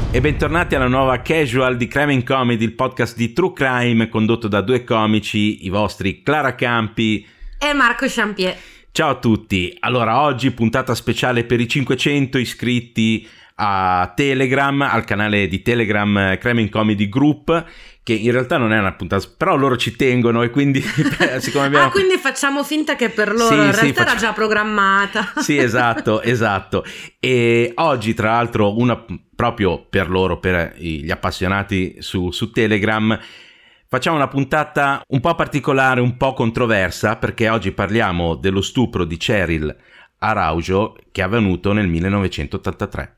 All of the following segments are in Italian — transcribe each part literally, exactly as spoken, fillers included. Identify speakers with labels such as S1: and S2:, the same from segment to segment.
S1: E bentornati alla nuova Casual di Crime and Comedy, il podcast di True Crime condotto da due comici, i vostri Clara Campi
S2: e Marco Champier.
S1: Ciao a tutti. Allora, oggi puntata speciale per i cinquecento iscritti a Telegram, al canale di Telegram Crime and Comedy Group, che in realtà non è una puntata, però loro ci tengono e quindi siccome abbiamo...
S2: Ah, quindi facciamo finta che per loro, sì, in realtà sì, faccio... era già programmata.
S1: Sì, esatto, esatto. E oggi, tra l'altro, una proprio per loro, per gli appassionati su, su Telegram, facciamo una puntata un po' particolare, un po' controversa, perché oggi parliamo dello stupro di Cheryl Araujo che è avvenuto nel millenovecentottantatré.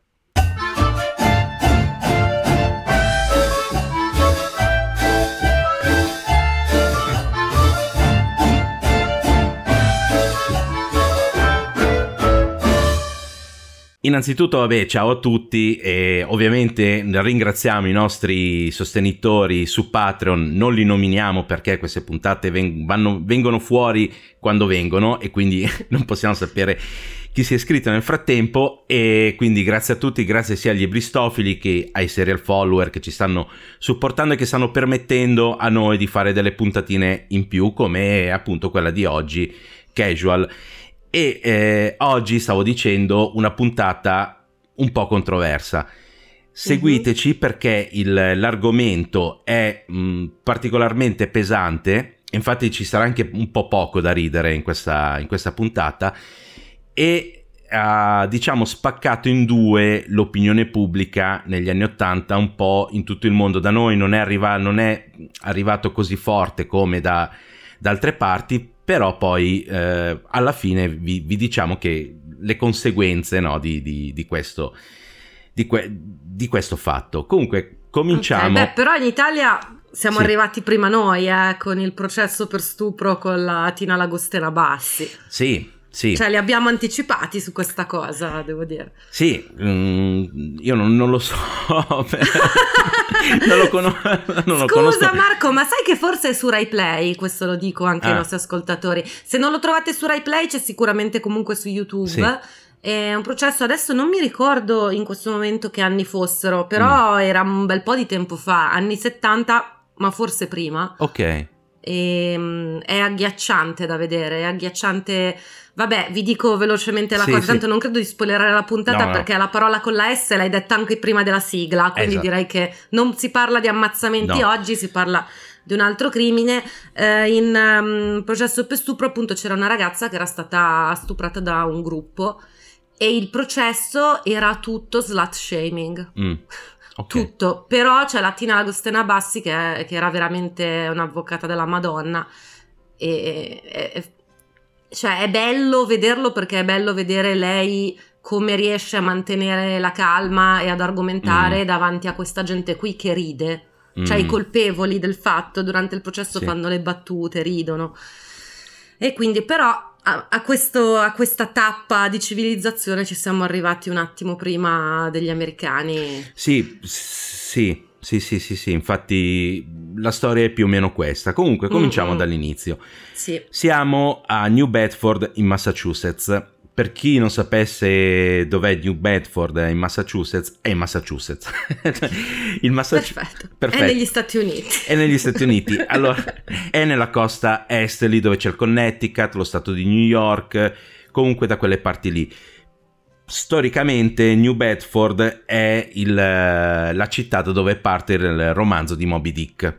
S1: Innanzitutto, vabbè, ciao a tutti e ovviamente ringraziamo i nostri sostenitori su Patreon. Non li nominiamo perché queste puntate veng- vanno, vengono fuori quando vengono e quindi non possiamo sapere chi si è iscritto nel frattempo, e quindi grazie a tutti, grazie sia agli ebristofili che ai serial follower che ci stanno supportando e che stanno permettendo a noi di fare delle puntatine in più, come appunto quella di oggi, Casual. E eh, oggi stavo dicendo una puntata un po' controversa. Seguiteci mm-hmm. perché il, l'argomento è mh, particolarmente pesante, infatti ci sarà anche un po' poco da ridere in questa, in questa puntata, e ha, diciamo, spaccato in due l'opinione pubblica negli anni Ottanta un po' in tutto il mondo. Da noi non è, arriva, non è arrivato così forte come da, da altre parti, però poi eh, alla fine vi, vi diciamo che le conseguenze, no, di, di, di, questo, di, que, di questo fatto. Comunque cominciamo.
S2: Okay, beh, però in Italia siamo
S1: sì.
S2: arrivati prima noi eh, con il processo per stupro con la Tina Lagostera Bassi.
S1: Sì. Sì.
S2: Cioè li abbiamo anticipati su questa cosa, devo dire.
S1: Sì, mm, io non, non lo so, non lo, cono- non lo
S2: Scusa,
S1: conosco.
S2: Scusa Marco, ma sai che forse è su Rai Play, questo lo dico anche ah. ai nostri ascoltatori. Se non lo trovate su Rai Play c'è sicuramente comunque su YouTube. Sì. È un processo, adesso non mi ricordo in questo momento che anni fossero, però mm. era un bel po' di tempo fa, anni settanta, ma forse prima.
S1: Ok.
S2: E, um, è agghiacciante da vedere, è agghiacciante. Vabbè, vi dico velocemente la sì, cosa, tanto sì. non credo di spoilerare la puntata, no, perché no. la parola con la S l'hai detta anche prima della sigla, quindi esatto. direi che non si parla di ammazzamenti no. oggi, si parla di un altro crimine. Eh, in um, processo per stupro appunto c'era una ragazza che era stata stuprata da un gruppo e il processo era tutto slut shaming.
S1: Mm. Okay.
S2: Tutto, però c'è la Tina Lagostera Bassi che, è, che era veramente un'avvocata della Madonna e, e cioè è bello vederlo, perché è bello vedere lei come riesce a mantenere la calma e ad argomentare mm. davanti a questa gente qui che ride, mm. cioè i colpevoli del fatto durante il processo sì. fanno le battute, ridono, e quindi però a, a, questo, a questa tappa di civilizzazione ci siamo arrivati un attimo prima degli americani.
S1: Sì, sì. Sì, sì, sì, sì, infatti la storia è più o meno questa. Comunque cominciamo mm-hmm. dall'inizio.
S2: Sì.
S1: Siamo a New Bedford in Massachusetts. Per chi non sapesse dov'è New Bedford in Massachusetts, è in Massachusetts. Il Massachusetts.
S2: Perfetto.
S1: Perfetto.
S2: È negli Stati Uniti.
S1: È negli Stati Uniti. Allora, è nella costa est, lì dove c'è il Connecticut, lo stato di New York, comunque da quelle parti lì. Storicamente New Bedford è il, la città da dove parte il romanzo di Moby Dick.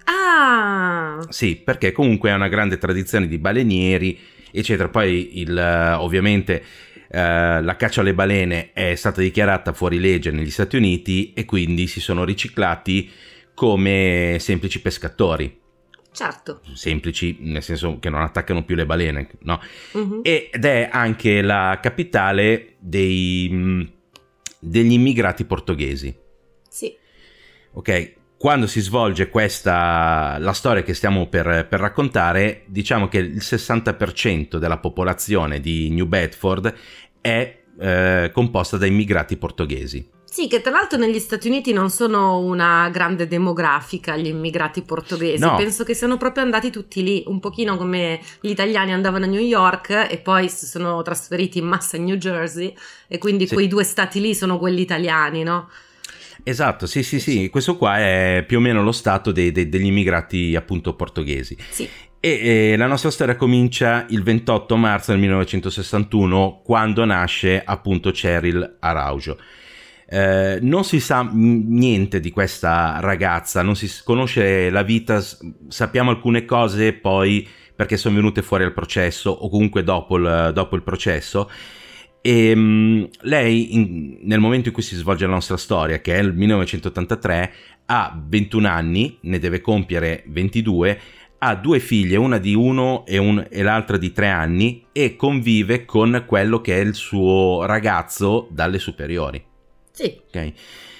S2: Ah!
S1: Sì, perché comunque è una grande tradizione di balenieri, eccetera. Poi il, ovviamente eh, la caccia alle balene è stata dichiarata fuori legge negli Stati Uniti e quindi si sono riciclati come semplici pescatori.
S2: Certo.
S1: Semplici, nel senso che non attaccano più le balene, no?
S2: Uh-huh.
S1: Ed è anche la capitale dei, degli immigrati portoghesi.
S2: Sì.
S1: Ok, quando si svolge questa, la storia che stiamo per, per raccontare, diciamo che il sessanta per cento della popolazione di New Bedford è eh, composta da immigrati portoghesi.
S2: Sì, che tra l'altro negli Stati Uniti non sono una grande demografica gli immigrati portoghesi,
S1: no.
S2: Penso che siano proprio andati tutti lì, un pochino come gli italiani andavano a New York e poi si sono trasferiti in massa in New Jersey, e quindi sì. Quei due stati lì sono quelli italiani, no?
S1: Esatto, sì, sì, sì, questo qua è più o meno lo stato dei, dei, degli immigrati appunto portoghesi.
S2: Sì.
S1: E, e la nostra storia comincia il ventotto marzo del millenovecentosessantuno, quando nasce appunto Cheryl Araujo. Eh, non si sa m- niente di questa ragazza, non si conosce la vita, s- sappiamo alcune cose poi perché sono venute fuori al processo o comunque dopo il, dopo il processo. E um, lei in, nel momento in cui si svolge la nostra storia, che è il millenovecentottantatré, ha ventuno anni, ne deve compiere ventidue, ha due figlie, una di uno e, un, e l'altra di tre anni, e convive con quello che è il suo ragazzo dalle superiori.
S2: Sì.
S1: Okay.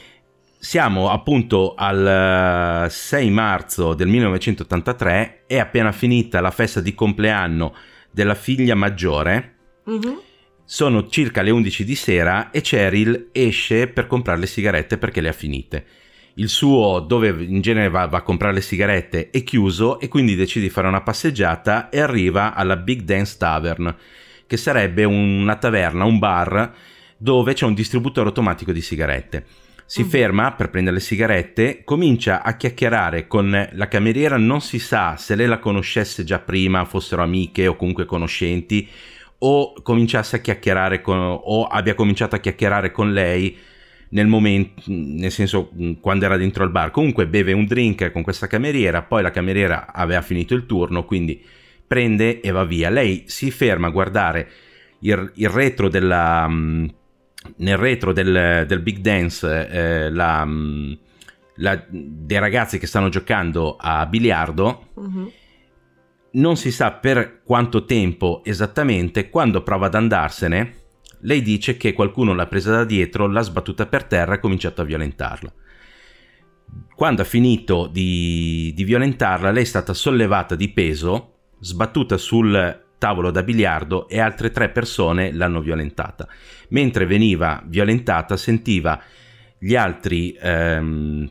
S1: Siamo appunto al sei marzo del millenovecentottantatré, è appena finita la festa di compleanno della figlia maggiore.
S2: Mm-hmm.
S1: Sono circa le undici di sera e Cheryl esce per comprare le sigarette perché le ha finite. Il suo, dove in genere va, va a comprare le sigarette, è chiuso e quindi decide di fare una passeggiata e arriva alla Big Dance Tavern, che sarebbe una taverna, un bar dove c'è un distributore automatico di sigarette. Si mm. ferma per prendere le sigarette, comincia a chiacchierare con la cameriera, non si sa se lei la conoscesse già prima, fossero amiche o comunque conoscenti, o cominciasse a chiacchierare con, o abbia cominciato a chiacchierare con lei nel momento, nel senso quando era dentro al bar. Comunque beve un drink con questa cameriera, poi la cameriera aveva finito il turno, quindi prende e va via. Lei si ferma a guardare il, il retro della nel retro del, del Big Dance eh, la, la, dei ragazzi che stanno giocando a biliardo. Mm-hmm. Non si sa per quanto tempo esattamente. Quando prova ad andarsene, lei dice che qualcuno l'ha presa da dietro, l'ha sbattuta per terra e ha cominciato a violentarla. Quando ha finito di, di violentarla, lei è stata sollevata di peso, sbattuta sul tavolo da biliardo e altre tre persone l'hanno violentata. Mentre veniva violentata sentiva gli altri ehm,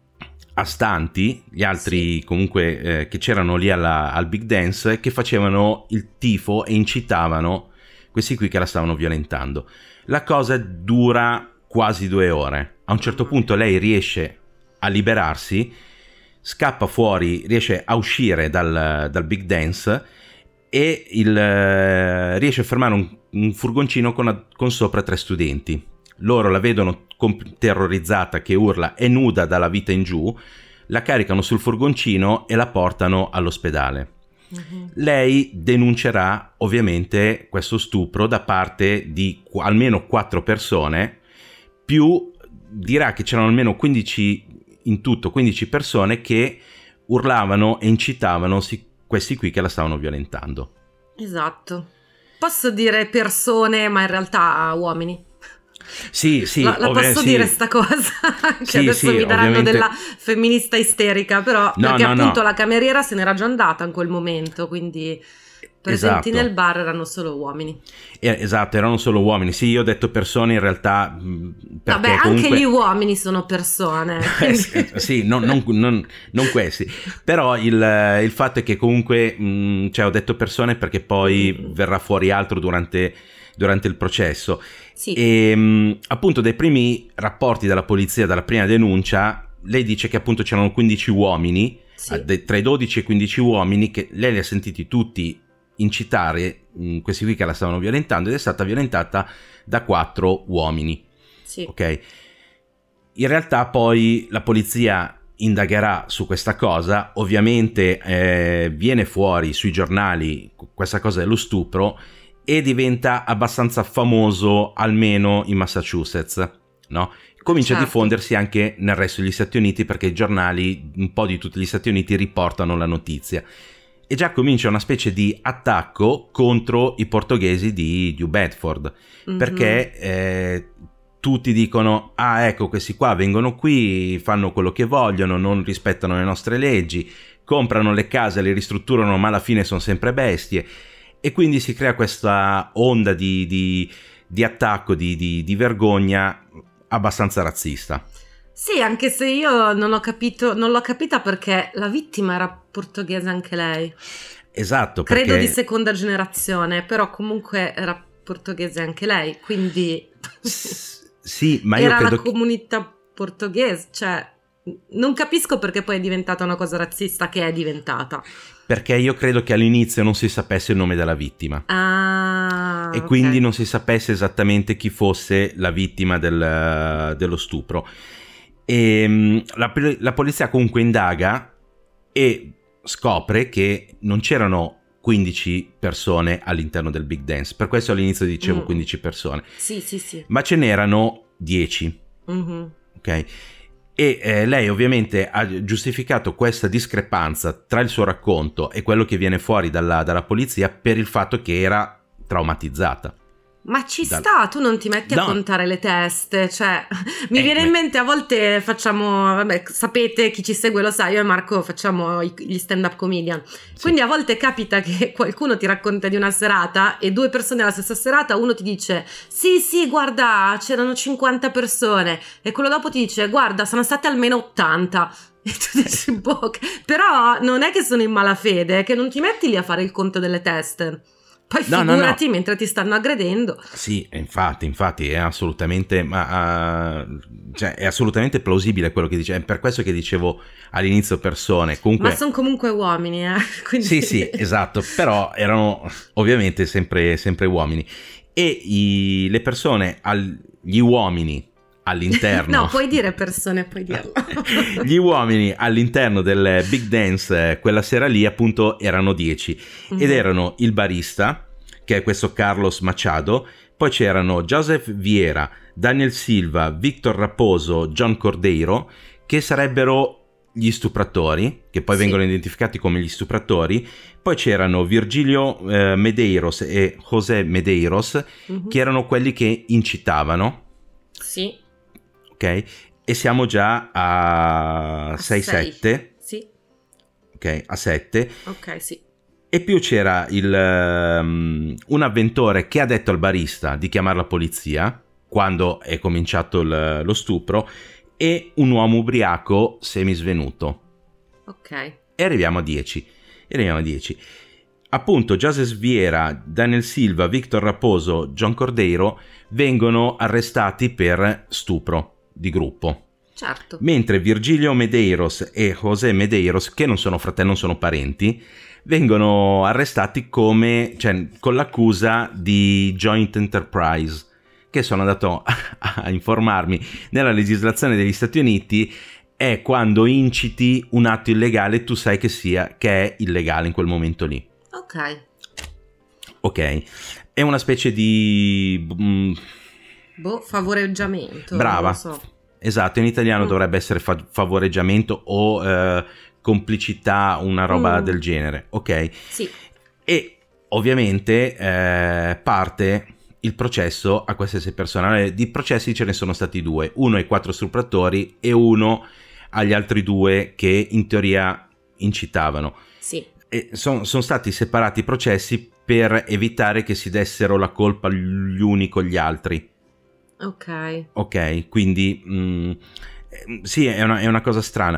S1: astanti, gli altri sì. comunque eh, che c'erano lì alla, al Big Dance, che facevano il tifo e incitavano questi qui che la stavano violentando. La cosa dura quasi due ore. A un certo punto lei riesce a liberarsi, scappa fuori, riesce a uscire dal, dal Big Dance e il, eh, riesce a fermare un, un furgoncino con, con sopra tre studenti. Loro la vedono comp- terrorizzata che urla, è nuda dalla vita in giù, la caricano sul furgoncino e la portano all'ospedale. Uh-huh. Lei denuncerà ovviamente questo stupro da parte di qu- almeno quattro persone, più dirà che c'erano almeno quindici in tutto, quindici persone che urlavano e incitavano si- questi qui che la stavano violentando.
S2: Esatto. Posso dire persone, ma in realtà uomini.
S1: Sì, sì,
S2: la, la
S1: ovvi-
S2: posso
S1: sì.
S2: dire sta cosa che
S1: sì,
S2: adesso
S1: sì,
S2: mi daranno
S1: ovviamente...
S2: della femminista isterica, però
S1: no,
S2: perché
S1: no,
S2: appunto
S1: no.
S2: la cameriera se n'era già andata in quel momento, quindi presenti
S1: esatto.
S2: nel bar erano solo uomini.
S1: Eh, esatto, erano solo uomini. Sì, io ho detto persone in realtà perché
S2: vabbè,
S1: comunque...
S2: anche gli uomini sono persone.
S1: sì, non, non, non, non questi. Però il, il fatto è che comunque mh, cioè ho detto persone perché poi mm. verrà fuori altro durante, durante il processo.
S2: Sì.
S1: E mh, appunto dai primi rapporti della polizia, dalla prima denuncia, lei dice che appunto c'erano quindici uomini, sì. eh, tra i dodici e i quindici uomini, che lei li ha sentiti tutti incitare mh, questi qui che la stavano violentando, ed è stata violentata da quattro uomini.
S2: Sì.
S1: Ok. In realtà poi la polizia indagherà su questa cosa, ovviamente eh, viene fuori sui giornali questa cosa dello stupro e diventa abbastanza famoso almeno in Massachusetts, no? Comincia certo. a diffondersi anche nel resto degli Stati Uniti perché i giornali un po' di tutti gli Stati Uniti riportano la notizia. E già comincia una specie di attacco contro i portoghesi di New Bedford, mm-hmm. perché eh, tutti dicono, ah ecco questi qua vengono qui, fanno quello che vogliono, non rispettano le nostre leggi, comprano le case, le ristrutturano ma alla fine sono sempre bestie, e quindi si crea questa onda di, di, di attacco, di, di, di vergogna abbastanza razzista.
S2: Sì, anche se io non ho capito, non l'ho capita perché la vittima era portoghese anche lei.
S1: Esatto, perché...
S2: credo di seconda generazione, però comunque era portoghese anche lei, quindi
S1: S- sì, ma io
S2: era
S1: credo
S2: la comunità portoghese, cioè non capisco perché poi è diventata una cosa razzista che è diventata.
S1: Perché io credo che all'inizio non si sapesse il nome della vittima.
S2: Ah,
S1: e
S2: okay.
S1: quindi non si sapesse esattamente chi fosse la vittima del, dello stupro. E la, la polizia comunque indaga e scopre che non c'erano quindici persone all'interno del Big Dance. Per questo all'inizio dicevo mm. quindici persone.
S2: Sì, sì, sì.
S1: Ma ce n'erano dieci.
S2: Mm-hmm.
S1: Ok? E eh, lei ovviamente ha giustificato questa discrepanza tra il suo racconto e quello che viene fuori dalla, dalla polizia per il fatto che era traumatizzata.
S2: Ma ci
S1: Dal...
S2: sta, tu non ti metti
S1: no.
S2: a contare le teste, cioè mi
S1: eh,
S2: viene
S1: beh.
S2: in mente, a volte facciamo, vabbè, sapete, chi ci segue lo sa, io e Marco facciamo i, gli stand-up comedian, sì. Quindi a volte capita che qualcuno ti racconta di una serata e due persone alla stessa serata, uno ti dice sì sì guarda c'erano cinquanta persone e quello dopo ti dice guarda sono state almeno ottanta. E tu dici boh, però non è che sono in malafede, è che non ti metti lì a fare il conto delle teste. Poi figurati no, no, no. mentre ti stanno aggredendo.
S1: Sì, infatti, infatti è assolutamente, ma, uh, cioè, è assolutamente plausibile quello che dice. È per questo che dicevo all'inizio persone. Comunque...
S2: Ma sono comunque uomini, eh. Quindi...
S1: Sì, sì, esatto. Però erano ovviamente sempre, sempre uomini. E i, le persone, al, gli uomini all'interno...
S2: No, puoi dire persone, puoi dirlo.
S1: Gli uomini all'interno del Big Dance quella sera lì appunto erano dieci mm-hmm. ed erano il barista, che è questo Carlos Machado, poi c'erano Joseph Vieira, Daniel Silva, Victor Raposo, John Cordeiro, che sarebbero gli stupratori, che poi sì. vengono identificati come gli stupratori. Poi c'erano Virgilio eh, Medeiros e José Medeiros, mm-hmm. che erano quelli che incitavano.
S2: Sì.
S1: Ok, e siamo già a sei sette.
S2: Sì.
S1: Ok, a sette.
S2: Ok, sì.
S1: E più c'era il, um, un avventore che ha detto al barista di chiamare la polizia quando è cominciato il, lo stupro, e un uomo ubriaco semisvenuto.
S2: Ok.
S1: E arriviamo a dieci. E arriviamo a dieci. Appunto, Joseph Vieira, Daniel Silva, Victor Raposo, John Cordeiro vengono arrestati per stupro di gruppo.
S2: Certo.
S1: Mentre Virgilio Medeiros e José Medeiros, che non sono fratelli, non sono parenti, vengono arrestati come, cioè, con l'accusa di joint enterprise, che sono andato a, a informarmi. Nella legislazione degli Stati Uniti è quando inciti un atto illegale, tu sai che sia che è illegale in quel momento lì.
S2: Ok.
S1: Ok. È una specie di... Mm,
S2: boh, favoreggiamento.
S1: Brava.
S2: Non so.
S1: Esatto, in italiano
S2: mm.
S1: dovrebbe essere fa- favoreggiamento o eh, complicità, una roba mm. del genere. Ok?
S2: Sì.
S1: E ovviamente eh, parte il processo a queste sei persone. Di processi ce ne sono stati due. Uno ai quattro stupratori e uno agli altri due che in teoria incitavano.
S2: Sì.
S1: E sono son stati separati i processi per evitare che si dessero la colpa gli uni con gli altri.
S2: Ok.
S1: Ok, quindi mh, sì, è una, è una cosa strana.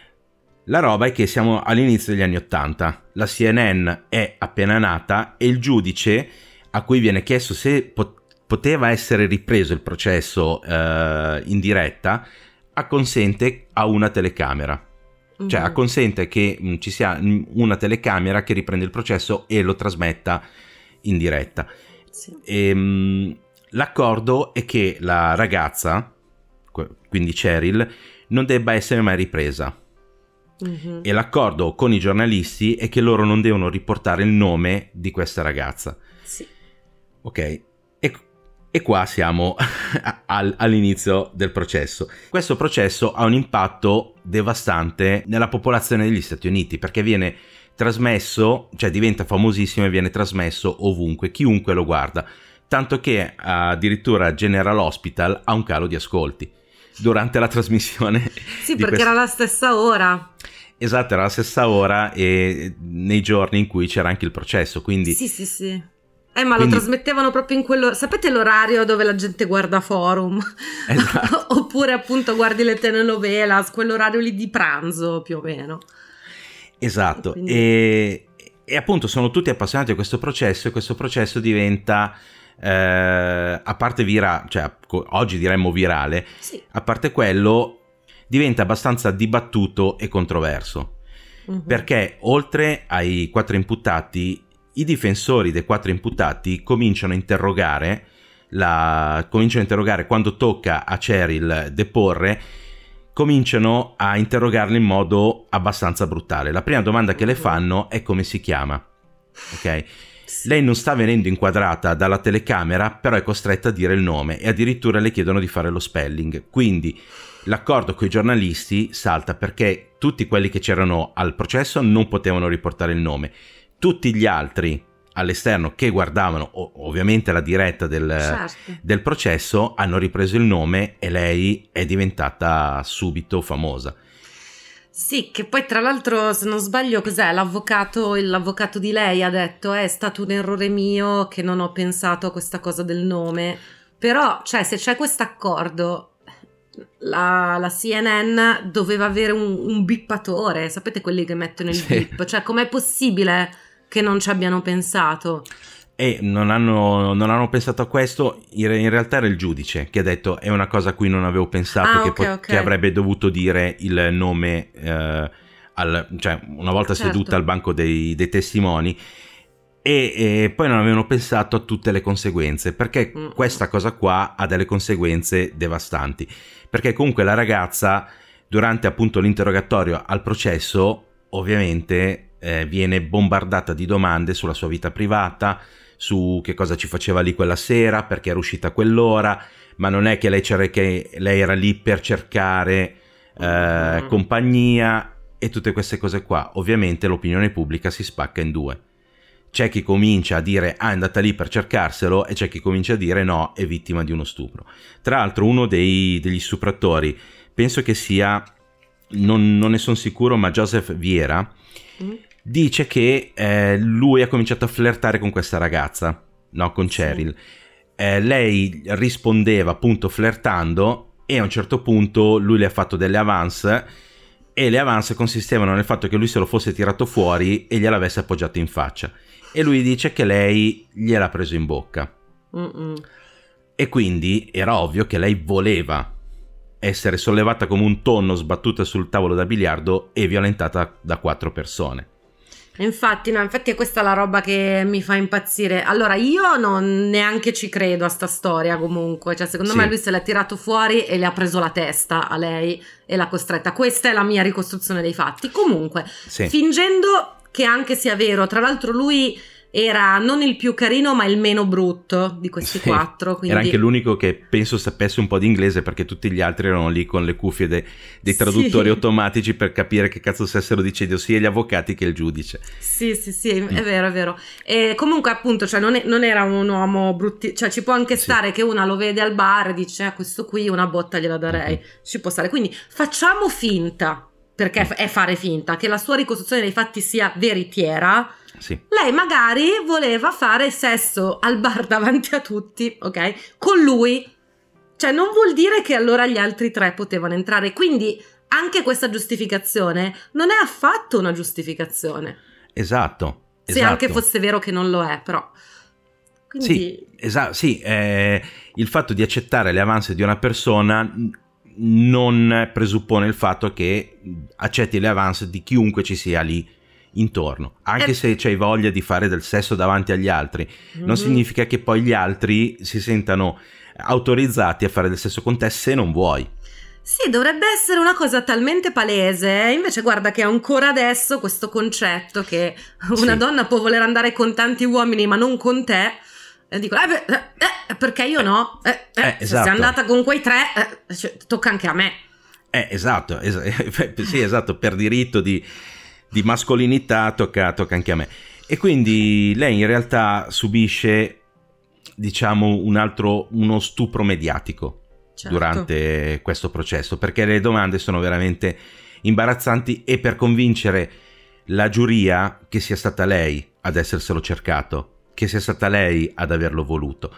S1: La roba è che siamo all'inizio degli anni Ottanta, la C N N è appena nata e il giudice a cui viene chiesto se pot- poteva essere ripreso il processo eh, in diretta acconsente a una telecamera. Cioè acconsente che mh, ci sia una telecamera che riprende il processo e lo trasmetta in diretta.
S2: Sì.
S1: E, mh, l'accordo è che la ragazza, quindi Cheryl, non debba essere mai ripresa. Mm-hmm. E l'accordo con i giornalisti è che loro non devono riportare il nome di questa ragazza.
S2: Sì.
S1: Ok. E, e qua siamo al, all'inizio del processo. Questo processo ha un impatto devastante nella popolazione degli Stati Uniti, perché viene trasmesso, cioè diventa famosissimo e viene trasmesso ovunque, chiunque lo guarda, tanto che addirittura General Hospital ha un calo di ascolti durante la trasmissione.
S2: Sì, perché quest... era la stessa ora.
S1: Esatto, era la stessa ora e nei giorni in cui c'era anche il processo, quindi...
S2: Sì, sì, sì. Eh, ma
S1: Quindi...
S2: lo trasmettevano proprio in quello... Sapete l'orario dove la gente guarda Forum?
S1: Esatto.
S2: Oppure appunto guardi le telenovelas, quell'orario lì di pranzo più o meno.
S1: Esatto.
S2: Quindi...
S1: E... e appunto sono tutti appassionati a questo processo e questo processo diventa eh, a parte vira, cioè oggi diremmo virale,
S2: sì.
S1: A parte quello diventa abbastanza dibattuto e controverso, uh-huh. perché oltre ai quattro imputati, i difensori dei quattro imputati cominciano a interrogare, la, cominciano a interrogare quando tocca a Cheryl deporre, cominciano a interrogarli in modo abbastanza brutale. La prima domanda che le fanno è come si chiama, ok? Sì. Lei non sta venendo inquadrata dalla telecamera, però è costretta a dire il nome e addirittura le chiedono di fare lo spelling. Quindi l'accordo con i giornalisti salta perché tutti quelli che c'erano al processo non potevano riportare il nome. Tutti gli altri all'esterno che guardavano ovviamente la diretta del, certo. del processo hanno ripreso il nome e lei è diventata subito famosa.
S2: Sì, che poi tra l'altro, se non sbaglio, cos'è? L'avvocato, l'avvocato di lei ha detto è stato un errore mio che non ho pensato a questa cosa del nome. Però, cioè, se c'è questo accordo, la, la C N N doveva avere un, un bippatore, sapete quelli che mettono il sì. bip? Cioè, com'è possibile che non ci abbiano pensato?
S1: E non hanno, non hanno pensato a questo, in, in realtà era il giudice che ha detto è una cosa a cui non avevo pensato,
S2: ah,
S1: che,
S2: okay,
S1: po-
S2: okay.
S1: che avrebbe dovuto dire il nome, eh, al, cioè una volta certo. seduta al banco dei, dei testimoni, e, e poi non avevano pensato a tutte le conseguenze, perché mm. questa cosa qua ha delle conseguenze devastanti, perché comunque la ragazza durante appunto l'interrogatorio al processo ovviamente eh, viene bombardata di domande sulla sua vita privata, su che cosa ci faceva lì quella sera, perché era uscita a quell'ora, ma non è che lei, c'era, che lei era lì per cercare eh, mm. compagnia e tutte queste cose qua. Ovviamente l'opinione pubblica si spacca in due. C'è chi comincia a dire ah è andata lì per cercarselo e c'è chi comincia a dire no, è vittima di uno stupro. Tra l'altro uno dei, degli stupratori, penso che sia, non, non ne sono sicuro, ma Joseph Vieira, mm. dice che eh, lui ha cominciato a flirtare con questa ragazza, no, con Cheryl. Sì. Eh, lei rispondeva appunto flirtando e a un certo punto lui le ha fatto delle avance e le avance consistevano nel fatto che lui se lo fosse tirato fuori e gliel'avesse appoggiato in faccia e lui dice che lei gliel'ha preso in bocca. Mm-mm. E quindi era ovvio che lei voleva essere sollevata come un tonno, sbattuta sul tavolo da biliardo e violentata da quattro persone.
S2: Infatti, no, infatti è questa la roba che mi fa impazzire. Allora, io non neanche ci credo a sta storia comunque, cioè secondo sì. me lui se l'è tirato fuori e le ha preso la testa a lei e l'ha costretta. Questa è la mia ricostruzione dei fatti. Comunque, sì. fingendo che anche sia vero, tra l'altro lui era non il più carino ma il meno brutto di questi sì, quattro, quindi...
S1: era anche l'unico che penso sapesse un po' di inglese, perché tutti gli altri erano lì con le cuffie de- dei traduttori sì. automatici per capire che cazzo stessero dicendo sia gli avvocati che il giudice.
S2: Sì sì sì, mm. è vero è vero. E comunque appunto, cioè non, è, non era un uomo brutti, cioè ci può anche sì. stare che una lo vede al bar e dice ah, questo qui una botta gliela darei, mm-hmm. ci può stare, quindi facciamo finta, perché mm. è fare finta, che la sua ricostruzione dei fatti sia veritiera.
S1: Sì.
S2: Lei magari voleva fare sesso al bar davanti a tutti, ok? Con lui. Cioè non vuol dire che allora gli altri tre potevano entrare. Quindi anche questa giustificazione non è affatto una giustificazione.
S1: Esatto.
S2: Se
S1: esatto.
S2: anche fosse vero che non lo è, però. Quindi...
S1: Sì, esatto. Sì, eh, il fatto di accettare le avance di una persona non presuppone il fatto che accetti le avance di chiunque ci sia lì intorno, anche eh. se c'hai voglia di fare del sesso davanti agli altri, mm-hmm. non significa che poi gli altri si sentano autorizzati a fare del sesso con te se non vuoi.
S2: Sì, dovrebbe essere una cosa talmente palese, invece guarda che ancora adesso questo concetto che una sì. donna può voler andare con tanti uomini ma non con te, e dico eh, beh, eh, perché io no? Eh, eh, eh, esatto. Se sei andata con quei tre eh, cioè, tocca anche a me.
S1: Eh, esatto, es- sì, esatto, per diritto di di mascolinità tocca, tocca anche a me. E quindi lei in realtà subisce, diciamo, un altro, uno stupro mediatico certo. durante questo processo, perché le domande sono veramente imbarazzanti e per convincere la giuria che sia stata lei ad esserselo cercato, che sia stata lei ad averlo voluto.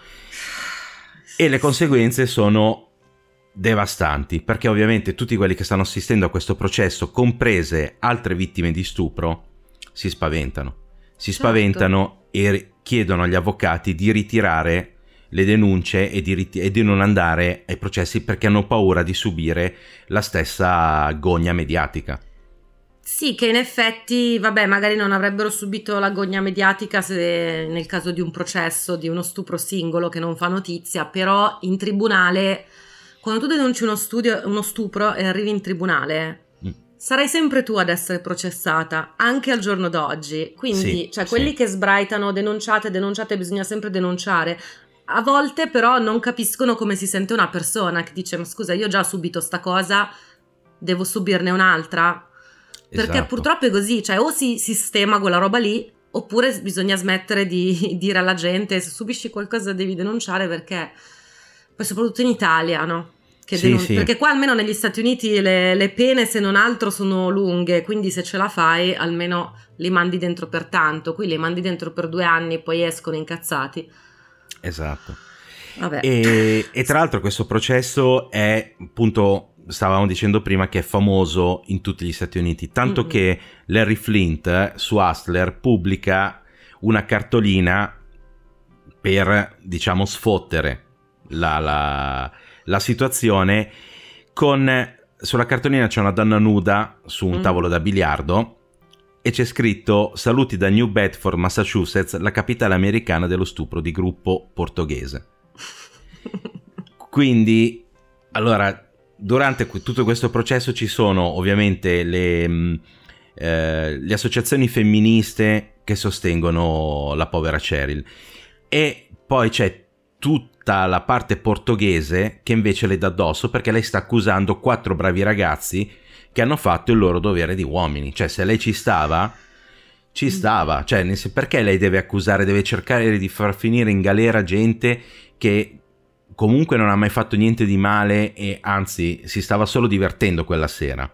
S1: E le conseguenze sono devastanti, perché ovviamente tutti quelli che stanno assistendo a questo processo, comprese altre vittime di stupro, si spaventano si certo. spaventano e chiedono agli avvocati di ritirare le denunce e di, rit- e di non andare ai processi perché hanno paura di subire la stessa gogna mediatica.
S2: Sì, che in effetti, vabbè, magari non avrebbero subito la gogna mediatica se nel caso di un processo, di uno stupro singolo che non fa notizia, però in tribunale, quando tu denunci uno, studio, uno stupro e arrivi in tribunale, mm. sarai sempre tu ad essere processata, anche al giorno d'oggi. Quindi, sì, cioè, quelli sì. che sbraitano, denunciate, denunciate, bisogna sempre denunciare. A volte però non capiscono come si sente una persona che dice, ma scusa, io ho già subito sta cosa, devo subirne un'altra? Perché esatto. purtroppo è così, cioè o si sistema quella roba lì, oppure bisogna smettere di dire alla gente se subisci qualcosa devi denunciare, perché poi soprattutto in Italia, no? Che
S1: sì,
S2: denun-
S1: sì.
S2: Perché qua almeno negli Stati Uniti le, le pene se non altro sono lunghe, quindi se ce la fai almeno li mandi dentro per tanto, qui li mandi dentro per due anni e poi escono incazzati.
S1: Esatto.
S2: Vabbè.
S1: E, e tra l'altro questo processo è appunto... stavamo dicendo prima che è famoso in tutti gli Stati Uniti, tanto mm-hmm. che Larry Flynt su Hustler pubblica una cartolina per, diciamo, sfottere la, la, la situazione. Con sulla cartolina c'è una donna nuda su un mm. tavolo da biliardo e c'è scritto: saluti da New Bedford, Massachusetts, la capitale americana dello stupro di gruppo portoghese. Quindi, allora, durante tutto questo processo ci sono ovviamente le, eh, le associazioni femministe che sostengono la povera Cheryl, e poi c'è tutta la parte portoghese che invece le dà addosso perché lei sta accusando quattro bravi ragazzi che hanno fatto il loro dovere di uomini. Cioè, se lei ci stava, ci stava. Cioè, perché lei deve accusare, deve cercare di far finire in galera gente che comunque non ha mai fatto niente di male e anzi si stava solo divertendo quella sera.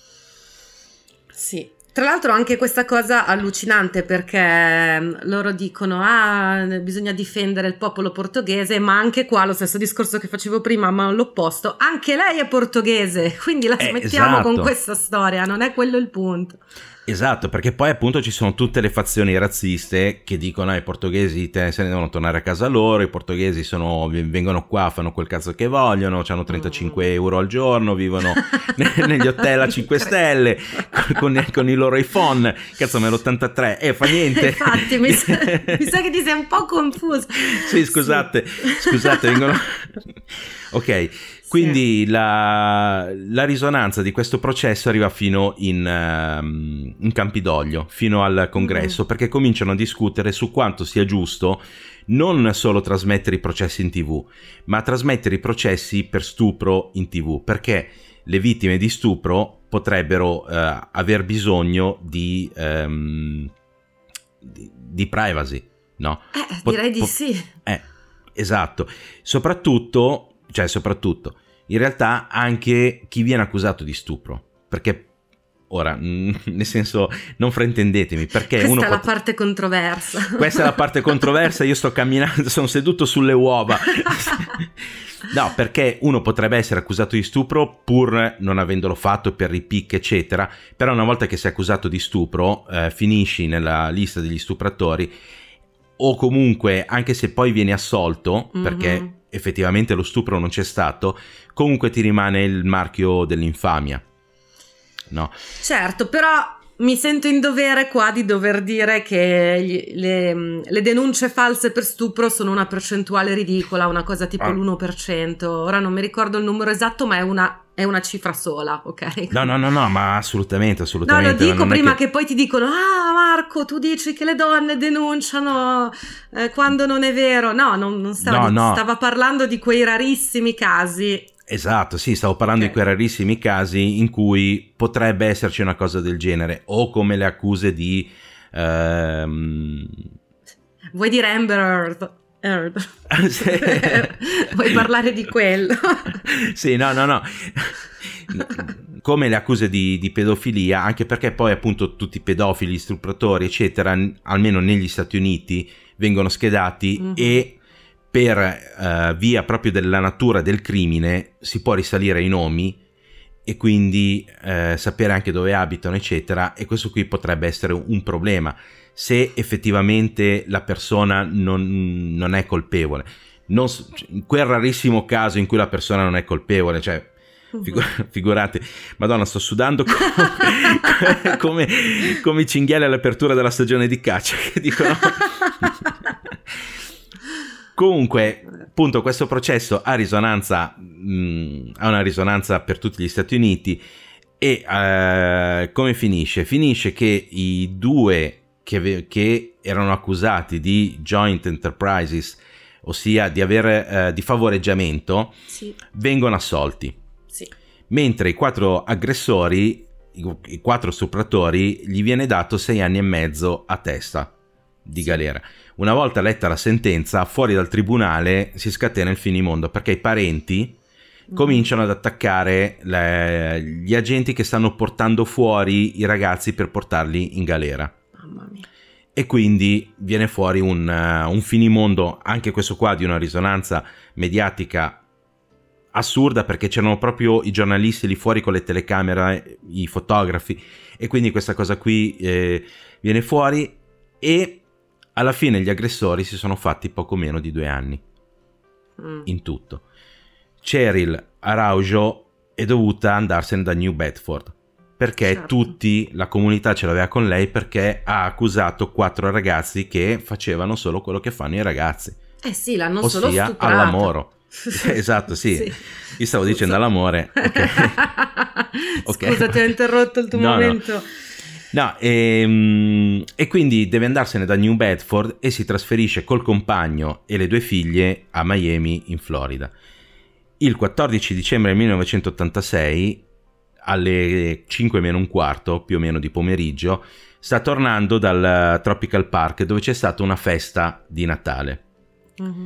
S2: Sì. Tra l'altro anche questa cosa allucinante, perché loro dicono ah bisogna difendere il popolo portoghese, ma anche qua lo stesso discorso che facevo prima, ma l'opposto, anche lei è portoghese, quindi la smettiamo eh, esatto. con questa storia, non è quello il punto.
S1: Esatto, perché poi appunto ci sono tutte le fazioni razziste che dicono ah, i portoghesi te, se ne devono tornare a casa loro, i portoghesi sono, vengono qua, fanno quel cazzo che vogliono, hanno trentacinque mm. euro al giorno, vivono negli hotel a cinque stelle con, con, con i loro iPhone, cazzo me l'ottantatré, e eh, fa niente.
S2: Infatti mi sa, mi sa che ti sei un po' confuso.
S1: Sì, scusate, sì. scusate, vengono... Ok, quindi sì. la, la risonanza di questo processo arriva fino in, um, in Campidoglio, fino al congresso, mm. perché cominciano a discutere su quanto sia giusto non solo trasmettere i processi in tv, ma trasmettere i processi per stupro in tv, perché le vittime di stupro potrebbero uh, aver bisogno di, um, di, di privacy, no?
S2: Eh, Pot- direi di po- sì.
S1: Eh, esatto, soprattutto... Cioè, soprattutto, in realtà anche chi viene accusato di stupro, perché ora, nel senso, non fraintendetemi, perché
S2: questa
S1: uno
S2: è la
S1: pot-
S2: parte controversa.
S1: Questa è la parte controversa, io sto camminando, sono seduto sulle uova. No, perché uno potrebbe essere accusato di stupro pur non avendolo fatto per ripicche, eccetera, però una volta che sei accusato di stupro, eh, finisci nella lista degli stupratori, o comunque, anche se poi vieni assolto, mm-hmm. perché effettivamente lo stupro non c'è stato, comunque ti rimane il marchio dell'infamia, no?
S2: Certo, però mi sento in dovere qua di dover dire che gli, le, le denunce false per stupro sono una percentuale ridicola, una cosa tipo ah. l'uno per cento, ora non mi ricordo il numero esatto, ma è una è una cifra sola, ok?
S1: No, no, no, no, ma assolutamente, assolutamente.
S2: No, lo dico prima che...
S1: che
S2: poi ti dicono ah Marco, tu dici che le donne denunciano eh, quando non è vero. No, non, non stava,
S1: no,
S2: di...
S1: no.
S2: stava parlando di quei rarissimi casi.
S1: Esatto, sì, stavo parlando okay. di quei rarissimi casi in cui potrebbe esserci una cosa del genere, o come le accuse di... Ehm...
S2: Vuoi dire Amber Heard? Vuoi parlare di quello?
S1: Sì, no, no, no. Come le accuse di, di pedofilia, anche perché poi appunto tutti i pedofili, stupratori, eccetera, almeno negli Stati Uniti, vengono schedati mm-hmm. e per uh, via proprio della natura del crimine si può risalire ai nomi e quindi uh, sapere anche dove abitano, eccetera, e questo qui potrebbe essere un problema se effettivamente la persona non, non è colpevole. non, in quel rarissimo caso in cui la persona non è colpevole, cioè figu- figurate, madonna, sto sudando come, come, come i cinghiali all'apertura della stagione di caccia che dicono. Comunque, appunto, questo processo ha risonanza, mh, ha una risonanza per tutti gli Stati Uniti. E uh, come finisce? Finisce che i due che, che erano accusati di joint enterprises, ossia di avere uh, di favoreggiamento, sì, vengono assolti.
S2: Sì.
S1: Mentre i quattro aggressori, i, i quattro stupratori, gli viene dato sei anni e mezzo a testa di galera. Una volta letta la sentenza, fuori dal tribunale si scatena il finimondo, perché i parenti cominciano ad attaccare le, gli agenti che stanno portando fuori i ragazzi per portarli in galera.
S2: Mamma mia.
S1: E quindi viene fuori un, uh, un finimondo, anche questo qua di una risonanza mediatica assurda, perché c'erano proprio i giornalisti lì fuori con le telecamere, i fotografi, e quindi questa cosa qui eh, viene fuori, e alla fine gli aggressori si sono fatti poco meno di due anni mm. in tutto. Cheryl Araujo è dovuta andarsene da New Bedford perché certo. tutti, la comunità ce l'aveva con lei, perché ha accusato quattro ragazzi che facevano solo quello che fanno i ragazzi.
S2: Eh sì, l'hanno
S1: ossia
S2: solo stuprato.
S1: all'amore. Esatto, sì. sì. Io stavo Scusa. dicendo all'amore. Okay.
S2: Okay. Scusa, ti ho interrotto il tuo no, momento.
S1: No. No, e, e quindi deve andarsene da New Bedford e si trasferisce col compagno e le due figlie a Miami, in Florida. Il quattordici dicembre millenovecentottantasei, alle cinque meno un quarto più o meno di pomeriggio, sta tornando dal Tropical Park, dove c'è stata una festa di Natale. Mm-hmm.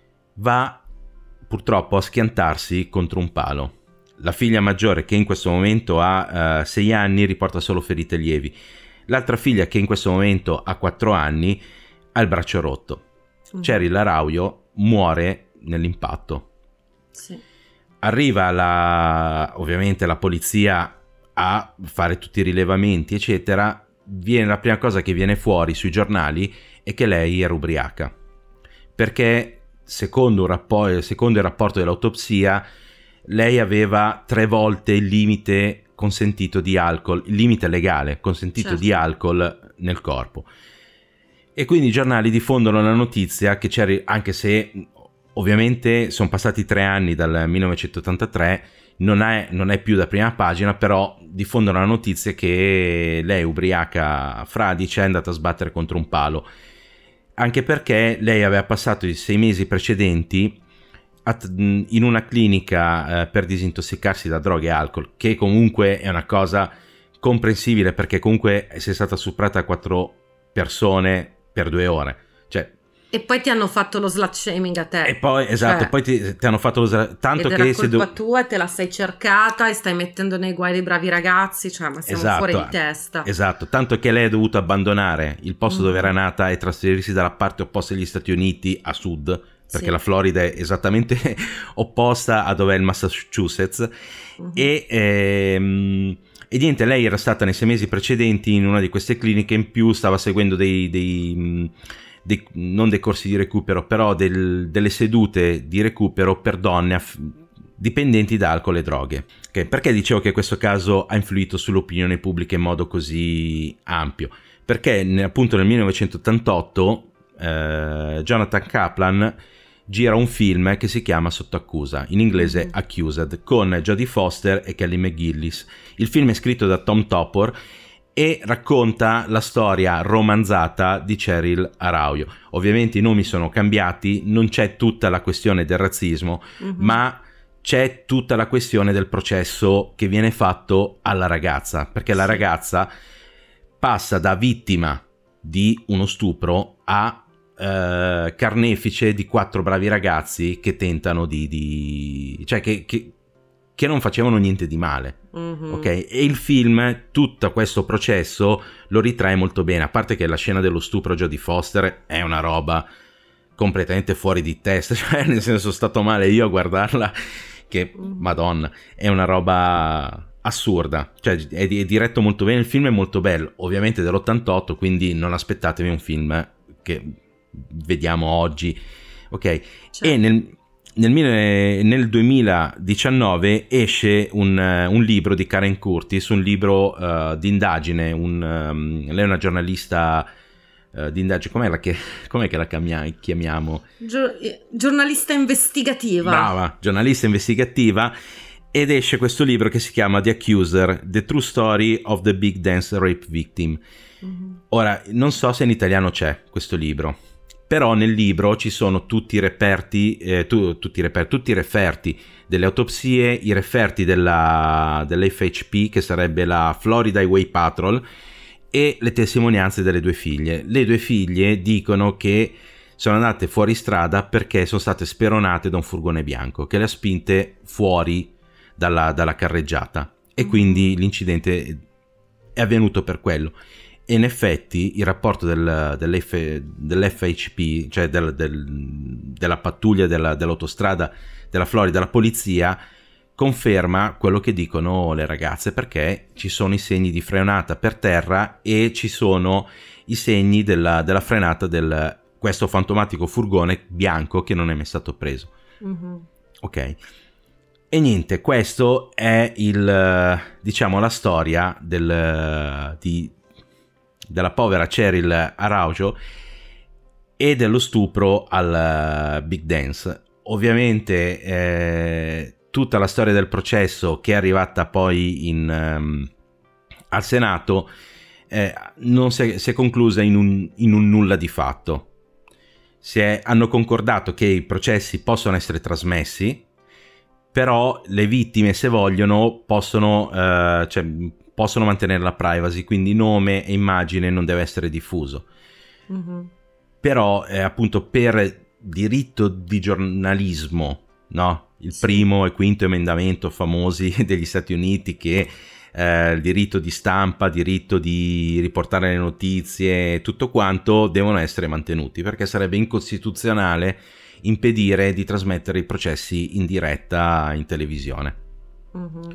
S1: Va purtroppo a schiantarsi contro un palo. La figlia maggiore, che in questo momento ha uh, sei anni, riporta solo ferite lievi. L'altra figlia, che in questo momento ha quattro anni, ha il braccio rotto. Mm-hmm. Cheryl Araujo muore nell'impatto.
S2: Sì.
S1: Arriva la, ovviamente la polizia a fare tutti i rilevamenti eccetera. Viene, la prima cosa che viene fuori sui giornali è che lei era ubriaca, perché secondo, un rappo- secondo il rapporto dell'autopsia lei aveva tre volte il limite consentito di alcol, il limite legale consentito certo. di alcol nel corpo, e quindi i giornali diffondono la notizia che c'era, anche se ovviamente sono passati tre anni dal millenovecentottantatré, non è, non è più da prima pagina, però diffondono la notizia che lei, ubriaca fradicia, è andata a sbattere contro un palo, anche perché lei aveva passato i sei mesi precedenti at, in una clinica eh, per disintossicarsi da droghe e alcol, che comunque è una cosa comprensibile, perché comunque sei stata stuprata da quattro persone per due ore, cioè.
S2: E poi ti hanno fatto lo slut shaming a te.
S1: E poi, esatto,
S2: cioè,
S1: poi ti, ti hanno fatto lo slut, tanto
S2: ed
S1: che
S2: era
S1: se
S2: colpa
S1: do...
S2: tua e te la sei cercata e stai mettendo nei guai dei bravi ragazzi, cioè, ma siamo
S1: esatto,
S2: fuori di testa.
S1: Esatto, tanto che lei ha dovuto abbandonare il posto mm. dove era nata e trasferirsi dalla parte opposta degli Stati Uniti, a sud, perché sì. la Florida è esattamente opposta a dove è il Massachusetts. Mm-hmm. E... Ehm, E niente, lei era stata nei sei mesi precedenti in una di queste cliniche, in più stava seguendo dei, dei, dei non dei corsi di recupero, però del, delle sedute di recupero per donne aff- dipendenti da alcol e droghe. Okay? Perché dicevo che questo caso ha influito sull'opinione pubblica in modo così ampio? Perché appunto nel millenovecentottantotto eh, Jonathan Kaplan gira un film che si chiama Sotto accusa, in inglese mm-hmm. Accused, con Jodie Foster e Kelly McGillis. Il film è scritto da Tom Topor e racconta la storia romanzata di Cheryl Araujo. Ovviamente i nomi sono cambiati, non c'è tutta la questione del razzismo, mm-hmm. ma c'è tutta la questione del processo che viene fatto alla ragazza, perché sì. la ragazza passa da vittima di uno stupro a Uh, carnefice di quattro bravi ragazzi che tentano di, di... cioè che, che, che non facevano niente di male, mm-hmm. ok? E il film tutto questo processo lo ritrae molto bene, a parte che la scena dello stupro Jodie Foster è una roba completamente fuori di testa, cioè nel senso sono stato male io a guardarla, che mm-hmm. madonna, è una roba assurda, cioè è, è diretto molto bene, il film è molto bello, ovviamente dell'ottantotto, quindi non aspettatevi un film che vediamo oggi ok?
S2: Certo.
S1: E nel, nel, mille- nel duemiladiciannove esce un, eh, un libro di Karen Curtis, un libro uh, di indagine, un, um, lei è una giornalista uh, di indagine, com'è, la che, com'è che la chiamia- chiamiamo?
S2: Gio- giornalista investigativa.
S1: Brava, giornalista investigativa, ed esce questo libro che si chiama The Accuser, The True Story of the Big Dance Rape Victim. Mm-hmm. Ora, non so se in italiano c'è questo libro, però nel libro ci sono tutti i reperti, eh, tu, tutti, i reperti tutti i referti delle autopsie, i referti della, dell'F H P, che sarebbe la Florida Highway Patrol, e le testimonianze delle due figlie. Le due figlie dicono che sono andate fuori strada perché sono state speronate da un furgone bianco che le ha spinte fuori dalla, dalla carreggiata, e quindi l'incidente è avvenuto per quello. E in effetti il rapporto del, dell'F, dell'F H P, cioè del, del, della pattuglia della, dell'autostrada della Florida, la polizia, conferma quello che dicono le ragazze, perché ci sono i segni di frenata per terra e ci sono i segni della, della frenata del questo fantomatico furgone bianco che non è mai stato preso. Mm-hmm. Ok. E niente, questo è il, diciamo, la storia del, di, della povera Cheryl Araujo e dello stupro al Big Dance. Ovviamente eh, tutta la storia del processo, che è arrivata poi in, um, al Senato, eh, non si è, si è conclusa in un, in un nulla di fatto. Si è, hanno concordato che i processi possono essere trasmessi, però le vittime, se vogliono, possono, eh, cioè, possono mantenere la privacy, quindi nome e immagine non deve essere diffuso. Mm-hmm. Però eh, appunto per diritto di giornalismo, no? Il sì. primo e quinto emendamento famosi degli Stati Uniti, che eh, il diritto di stampa, diritto di riportare le notizie, tutto quanto devono essere mantenuti, perché sarebbe incostituzionale impedire di trasmettere i processi in diretta in televisione.
S2: Mm-hmm.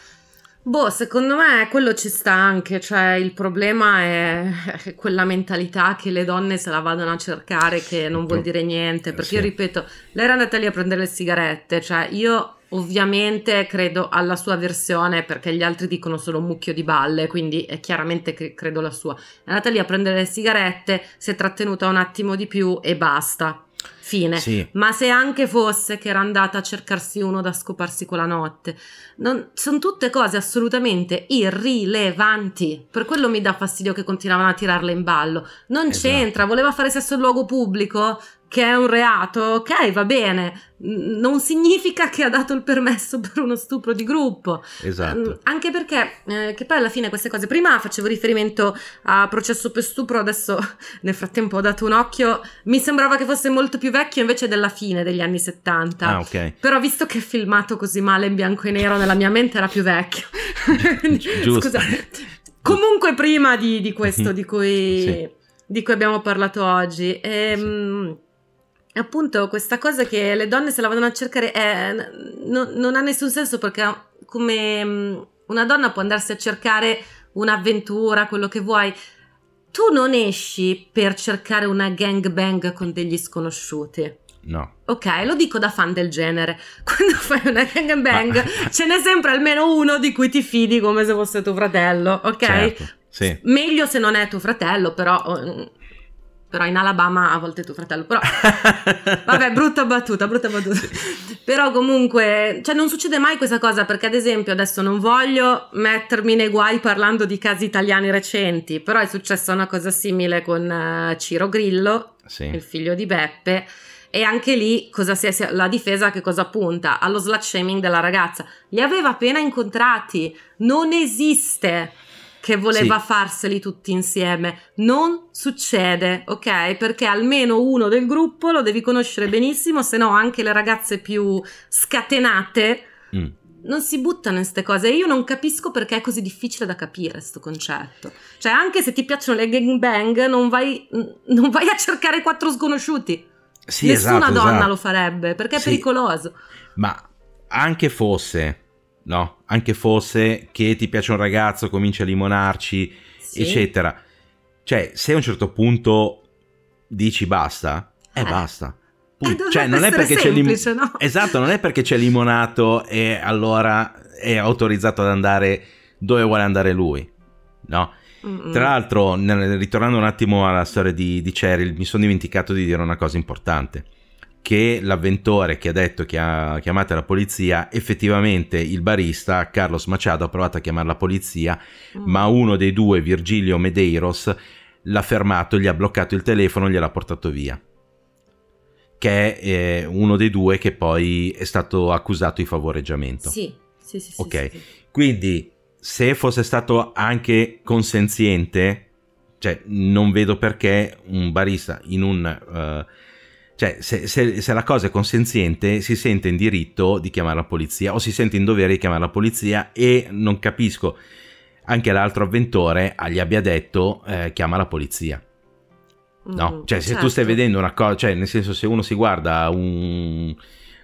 S2: Boh, secondo me quello ci sta anche, cioè il problema è quella mentalità che le donne se la vadano a cercare, che non vuol dire niente, perché sì. Io ripeto, lei era andata lì a prendere le sigarette, cioè io ovviamente credo alla sua versione, perché gli altri dicono solo un mucchio di balle, quindi è chiaramente che credo la sua. È andata lì a prendere le sigarette, si è trattenuta un attimo di più e basta. Fine. Sì. Ma se anche fosse che era andata a cercarsi uno da scoparsi con la notte, non, sono tutte cose assolutamente irrilevanti. Per quello mi dà fastidio che continuavano a tirarle in ballo. Non esatto. c'entra, voleva fare sesso in luogo pubblico, che è un reato, ok, va bene, non significa che ha dato il permesso per uno stupro di gruppo.
S1: Esatto.
S2: Anche perché, eh, che poi alla fine queste cose, prima facevo riferimento a processo per stupro, adesso nel frattempo ho dato un occhio, mi sembrava che fosse molto più vecchio invece della fine degli anni settanta.
S1: Ah, ok.
S2: Però visto che è filmato così male in bianco e nero, nella mia mente era più vecchio.
S1: Giusto.
S2: Scusa. Comunque prima di, di questo mm-hmm. di cui... Sì. di cui abbiamo parlato oggi. E, sì. mh, appunto questa cosa che le donne se la vanno a cercare è, no, non ha nessun senso, perché come mh, una donna può andarsi a cercare un'avventura, quello che vuoi, tu non esci per cercare una gangbang con degli sconosciuti.
S1: No.
S2: Ok, lo dico da fan del genere. Quando fai una gangbang Ma... ce n'è sempre almeno uno di cui ti fidi come se fosse tuo fratello, ok?
S1: Certo, sì.
S2: Meglio se non è tuo fratello, però però in Alabama a volte è tuo fratello, però vabbè, brutta battuta, brutta battuta. Sì. Però comunque, cioè non succede mai questa cosa, perché ad esempio adesso non voglio mettermi nei guai parlando di casi italiani recenti, però è successa una cosa simile con uh, Ciro Grillo, sì. il figlio di Beppe. E anche lì cosa si è, la difesa che cosa punta? Allo slut shaming della ragazza. Li aveva appena incontrati, non esiste che voleva sì. farseli tutti insieme, non succede, ok? Perché almeno uno del gruppo lo devi conoscere benissimo, se no anche le ragazze più scatenate mm. non si buttano in ste cose. E io non capisco perché è così difficile da capire sto concetto. Cioè anche se ti piacciono le gangbang non vai, non vai a cercare quattro sconosciuti. Sì, nessuna esatto, donna esatto. lo farebbe, perché è sì. pericoloso.
S1: Ma anche fosse, no, anche fosse che ti piace un ragazzo, cominci a limonarci, sì. eccetera. Cioè, se a un certo punto dici basta, eh, eh. basta. Punto. Cioè, non è perché
S2: semplice,
S1: c'è lim-
S2: no?
S1: Esatto, non è perché c'è limonato e allora è autorizzato ad andare dove vuole andare lui, no? Mm-mm. Tra l'altro, nel, ritornando un attimo alla storia di, di Cheryl, mi sono dimenticato di dire una cosa importante, che l'avventore che ha detto che ha chiamato la polizia, effettivamente il barista Carlos Machado ha provato a chiamare la polizia, mm. ma uno dei due, Virgilio Medeiros, l'ha fermato, gli ha bloccato il telefono, gliel'ha portato via, che è eh, uno dei due che poi è stato accusato di favoreggiamento.
S2: Sì, sì, sì.
S1: Ok,
S2: sì, sì.
S1: Quindi se fosse stato anche consenziente, cioè non vedo perché un barista in un... Uh, cioè se, se, se la cosa è consenziente si sente in diritto di chiamare la polizia o si sente in dovere di chiamare la polizia, e non capisco anche l'altro avventore gli abbia detto eh, chiama la polizia. No, mm, cioè se certo. tu stai vedendo una cosa, cioè nel senso, se uno si guarda un,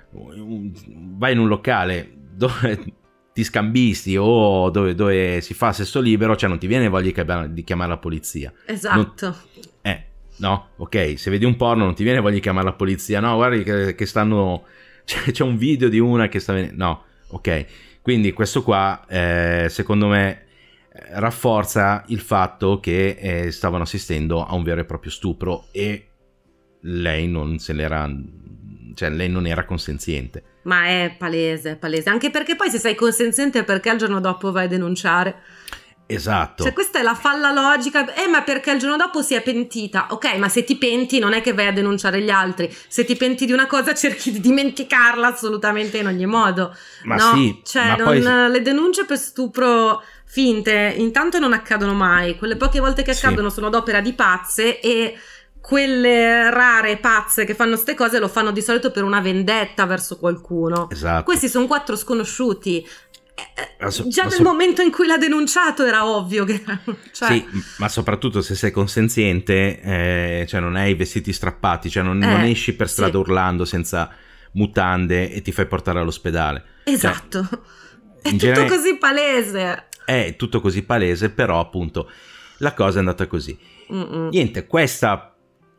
S1: un vai in un locale dove ti scambisti o dove, dove si fa sesso libero, cioè non ti viene voglia di chiamare la polizia.
S2: Esatto.
S1: Non, eh, no, ok, se vedi un porno non ti viene voglia di chiamare la polizia, no, guardi che, che stanno, c'è, c'è un video di una che sta venendo, no, ok, quindi questo qua eh, secondo me rafforza il fatto che eh, stavano assistendo a un vero e proprio stupro e lei non se l'era, cioè lei non era consenziente.
S2: Ma è palese, palese, anche perché poi se sei consenziente perché il giorno dopo vai a denunciare?
S1: Esatto.
S2: Cioè questa è la falla logica, eh ma perché il giorno dopo si è pentita, ok, ma se ti penti non è che vai a denunciare gli altri, se ti penti di una cosa cerchi di dimenticarla assolutamente in ogni modo,
S1: ma
S2: no?
S1: sì,
S2: cioè
S1: ma
S2: non,
S1: poi...
S2: le denunce per stupro finte intanto non accadono mai, quelle poche volte che accadono sì. sono d'opera di pazze, e quelle rare pazze che fanno ste cose lo fanno di solito per una vendetta verso qualcuno.
S1: Esatto.
S2: Questi sono quattro sconosciuti.
S1: So,
S2: già nel
S1: so...
S2: momento in cui l'ha denunciato era ovvio che cioè...
S1: sì, ma soprattutto se sei consenziente, eh, cioè non hai i vestiti strappati, cioè non, eh, non esci per strada sì. urlando senza mutande e ti fai portare all'ospedale.
S2: Esatto, cioè, è tutto
S1: genere...
S2: così palese.
S1: È tutto così palese, però appunto la cosa è andata così. Mm-mm. Niente, questa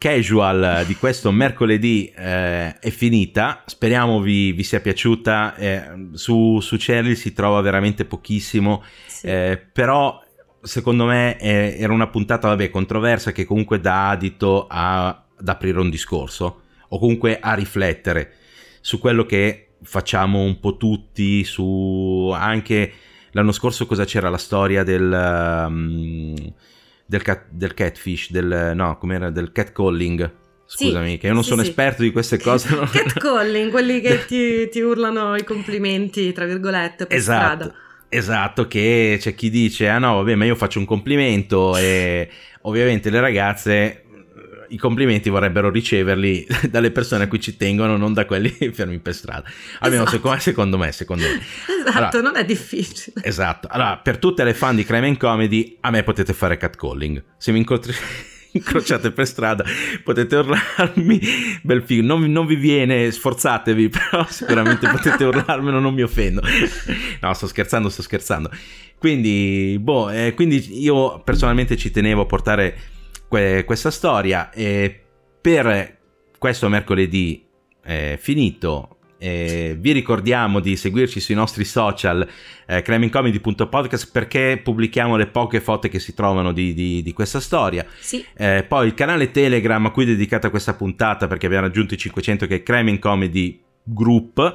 S1: casual di questo mercoledì eh, è finita, speriamo vi, vi sia piaciuta. eh, su, su Cheryl si trova veramente pochissimo, sì. eh, però secondo me è, era una puntata vabbè controversa che comunque dà adito a, ad aprire un discorso o comunque a riflettere su quello che facciamo un po' tutti, su anche l'anno scorso cosa c'era, la storia del um, Del, cat, del catfish, del no, com'era, del catcalling. Scusami, sì, che io non sì, sono sì. esperto di queste cose. No?
S2: Catcalling, quelli che ti, ti urlano i complimenti, tra virgolette, per
S1: esatto,
S2: strada.
S1: Esatto, che c'è chi dice, ah no, vabbè, ma io faccio un complimento e ovviamente le ragazze i complimenti vorrebbero riceverli dalle persone a cui ci tengono, non da quelli fermi per strada. Almeno esatto. secondo, secondo me, secondo me.
S2: Esatto, allora, non è difficile.
S1: Esatto. Allora, per tutte le fan di Crime and Comedy, a me potete fare catcalling. Se mi incontri... incrociate per strada potete urlarmi bel figo, non, non vi viene, sforzatevi, però sicuramente potete urlarmelo, non mi offendo. No, sto scherzando, sto scherzando. Quindi, boh, eh, quindi io personalmente ci tenevo a portare que- questa storia e per questo mercoledì è finito. Eh, vi ricordiamo di seguirci sui nostri social eh, crime in comedy punto podcast perché pubblichiamo le poche foto che si trovano di, di, di questa storia.
S2: Sì.
S1: Eh, poi il canale Telegram a cui è dedicata questa puntata perché abbiamo raggiunto i cinquecento, che è Crime in Comedy Group,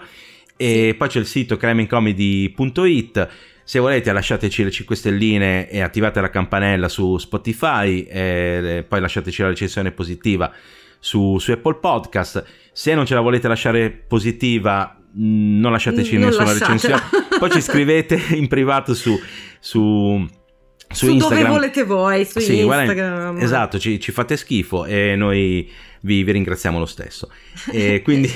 S1: e sì. Poi c'è il sito crime in comedy punto it. Se volete lasciateci le cinque stelline e attivate la campanella su Spotify, e poi lasciateci la recensione positiva su, su Apple Podcast. Se non ce la volete lasciare positiva, non lasciateci non nessuna recensione. Poi ci scrivete in privato su, su, su, su Instagram.
S2: Dove volete voi, su
S1: sì,
S2: Instagram.
S1: Guarda, esatto, ci, ci fate schifo e noi vi, vi ringraziamo lo stesso. E quindi...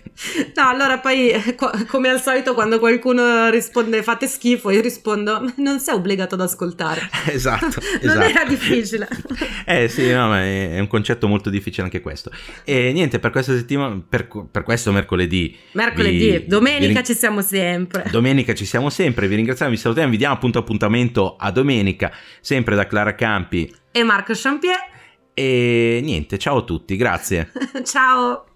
S2: no, allora poi come al solito quando qualcuno risponde fate schifo, io rispondo non sei obbligato ad ascoltare.
S1: Esatto,
S2: non
S1: esatto.
S2: era difficile.
S1: Eh sì, no, ma è un concetto molto difficile anche questo. E niente, per questa settimana, per, per questo mercoledì
S2: mercoledì,
S1: vi,
S2: domenica
S1: vi,
S2: ci siamo sempre.
S1: Domenica ci siamo sempre, vi ringraziamo, vi salutiamo, vi diamo appunto appuntamento a domenica, sempre da Clara Campi
S2: e Marco Champier.
S1: E niente, ciao a tutti, grazie.
S2: Ciao.